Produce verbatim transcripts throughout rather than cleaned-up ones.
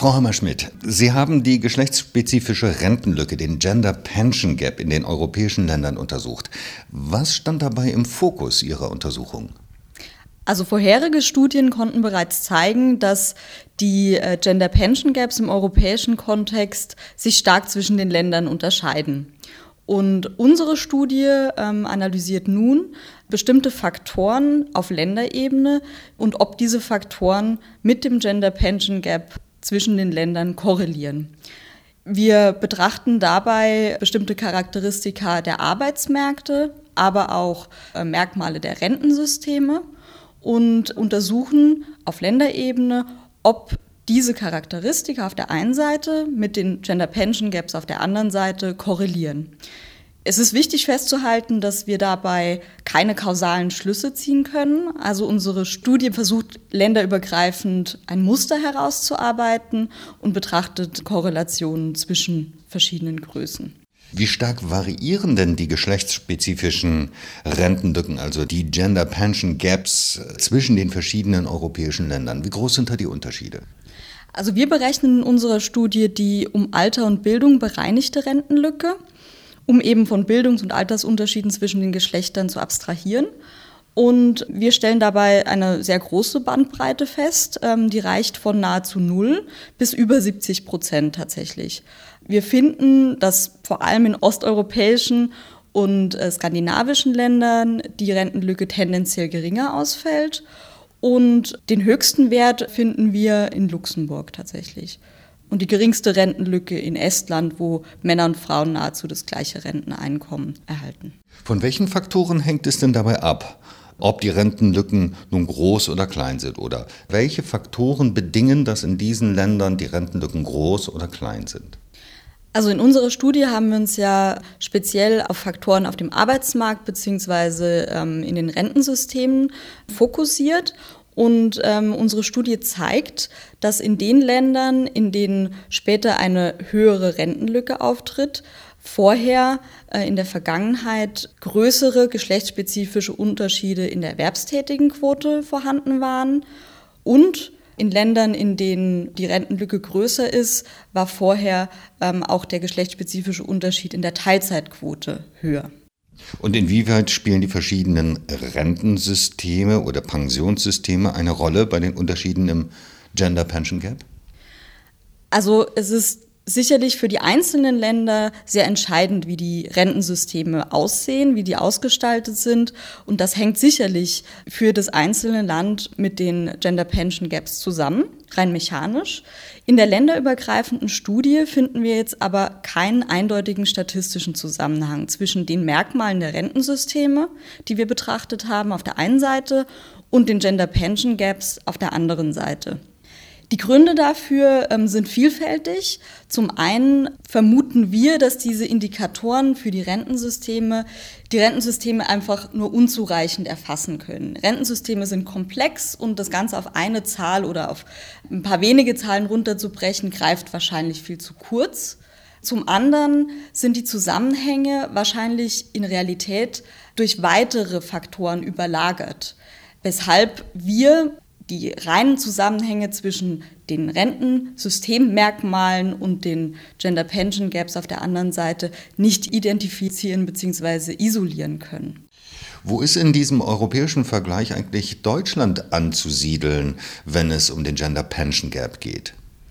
Frau Hammerschmidt, Sie haben die geschlechtsspezifische Rentenlücke, den Gender Pension Gap in den europäischen Ländern untersucht. Was stand dabei im Fokus Ihrer Untersuchung? Also vorherige Studien konnten bereits zeigen, dass die Gender Pension Gaps im europäischen Kontext sich stark zwischen den Ländern unterscheiden. Und unsere Studie ähm, analysiert nun bestimmte Faktoren auf Länderebene und ob diese Faktoren mit dem Gender Pension Gap zwischen den Ländern korrelieren. Wir betrachten dabei bestimmte Charakteristika der Arbeitsmärkte, aber auch äh, Merkmale der Rentensysteme und untersuchen auf Länderebene, ob diese Charakteristika auf der einen Seite mit den Gender Pension Gaps auf der anderen Seite korrelieren. Es ist wichtig festzuhalten, dass wir dabei keine kausalen Schlüsse ziehen können. Also unsere Studie versucht länderübergreifend ein Muster herauszuarbeiten und betrachtet Korrelationen zwischen verschiedenen Größen. Wie stark variieren denn die geschlechtsspezifischen Rentenlücken, also die Gender Pension Gaps zwischen den verschiedenen europäischen Ländern? Wie groß sind da die Unterschiede? Also wir berechnen in unserer Studie die um Alter und Bildung bereinigte Rentenlücke, um eben von Bildungs- und Altersunterschieden zwischen den Geschlechtern zu abstrahieren. Und wir stellen dabei eine sehr große Bandbreite fest, die reicht von nahezu null bis über siebzig Prozent tatsächlich. Wir finden, dass vor allem in osteuropäischen und skandinavischen Ländern die Rentenlücke tendenziell geringer ausfällt. Und den höchsten Wert finden wir in Luxemburg tatsächlich. Und die geringste Rentenlücke in Estland, wo Männer und Frauen nahezu das gleiche Renteneinkommen erhalten. Von welchen Faktoren hängt es denn dabei ab, ob die Rentenlücken nun groß oder klein sind? Oder welche Faktoren bedingen, dass in diesen Ländern die Rentenlücken groß oder klein sind? Also in unserer Studie haben wir uns ja speziell auf Faktoren auf dem Arbeitsmarkt bzw. ähm, in den Rentensystemen fokussiert. Und ähm, unsere Studie zeigt, dass in den Ländern, in denen später eine höhere Rentenlücke auftritt, vorher äh, in der Vergangenheit größere geschlechtsspezifische Unterschiede in der Erwerbstätigenquote vorhanden waren. Und in Ländern, in denen die Rentenlücke größer ist, war vorher ähm, auch der geschlechtsspezifische Unterschied in der Teilzeitquote höher. Und inwieweit spielen die verschiedenen Rentensysteme oder Pensionssysteme eine Rolle bei den Unterschieden im Gender Pension Gap? Also es ist sicherlich für die einzelnen Länder sehr entscheidend, wie die Rentensysteme aussehen, wie die ausgestaltet sind. Und das hängt sicherlich für das einzelne Land mit den Gender Pension Gaps zusammen, rein mechanisch. In der länderübergreifenden Studie finden wir jetzt aber keinen eindeutigen statistischen Zusammenhang zwischen den Merkmalen der Rentensysteme, die wir betrachtet haben, auf der einen Seite und den Gender Pension Gaps auf der anderen Seite. Die Gründe dafür ähm, sind vielfältig. Zum einen vermuten wir, dass diese Indikatoren für die Rentensysteme die Rentensysteme einfach nur unzureichend erfassen können. Rentensysteme sind komplex und das Ganze auf eine Zahl oder auf ein paar wenige Zahlen runterzubrechen, greift wahrscheinlich viel zu kurz. Zum anderen sind die Zusammenhänge wahrscheinlich in Realität durch weitere Faktoren überlagert, weshalb wir die reinen Zusammenhänge zwischen den Rentensystemmerkmalen und den Gender Pension Gaps auf der anderen Seite nicht identifizieren bzw. isolieren können. Wo ist in diesem europäischen Vergleich eigentlich Deutschland anzusiedeln, wenn es um den Gender Pension Gap geht?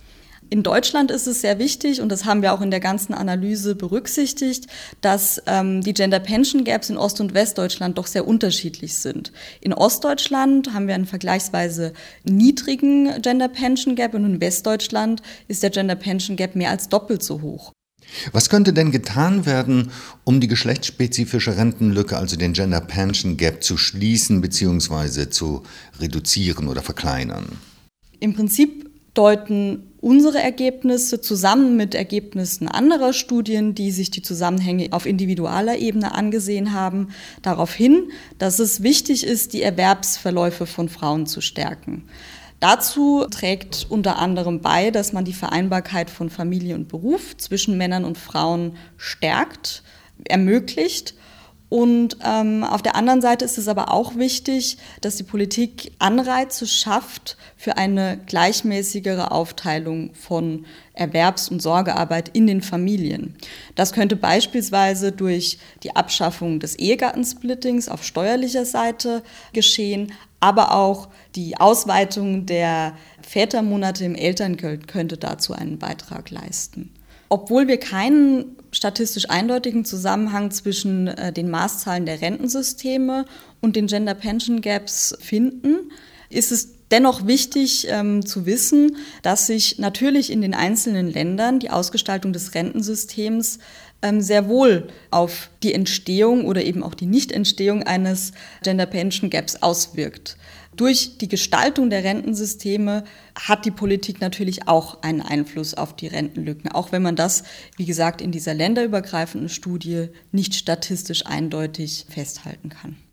In Deutschland ist es sehr wichtig, und das haben wir auch in der ganzen Analyse berücksichtigt, dass ähm, die Gender Pension Gaps in Ost- und Westdeutschland doch sehr unterschiedlich sind. In Ostdeutschland haben wir einen vergleichsweise niedrigen Gender Pension Gap und in Westdeutschland ist der Gender Pension Gap mehr als doppelt so hoch. Was könnte denn getan werden, um die geschlechtsspezifische Rentenlücke, also den Gender Pension Gap, zu schließen bzw. zu reduzieren oder verkleinern? Im Prinzip deuten unsere Ergebnisse zusammen mit Ergebnissen anderer Studien, die sich die Zusammenhänge auf individualer Ebene angesehen haben, darauf hin, dass es wichtig ist, die Erwerbsverläufe von Frauen zu stärken. Dazu trägt unter anderem bei, dass man die Vereinbarkeit von Familie und Beruf zwischen Männern und Frauen stärkt, ermöglicht Und ähm, auf der anderen Seite ist es aber auch wichtig, dass die Politik Anreize schafft für eine gleichmäßigere Aufteilung von Erwerbs- und Sorgearbeit in den Familien. Das könnte beispielsweise durch die Abschaffung des Ehegattensplittings auf steuerlicher Seite geschehen, aber auch die Ausweitung der Vätermonate im Elterngeld könnte dazu einen Beitrag leisten. Obwohl wir keinen statistisch eindeutigen Zusammenhang zwischen äh, den Maßzahlen der Rentensysteme und den Gender Pension Gaps finden, ist es dennoch wichtig ähm, zu wissen, dass sich natürlich in den einzelnen Ländern die Ausgestaltung des Rentensystems ähm, sehr wohl auf die Entstehung oder eben auch die Nichtentstehung eines Gender Pension Gaps auswirkt. Durch die Gestaltung der Rentensysteme hat die Politik natürlich auch einen Einfluss auf die Rentenlücken, auch wenn man das, wie gesagt, in dieser länderübergreifenden Studie nicht statistisch eindeutig festhalten kann.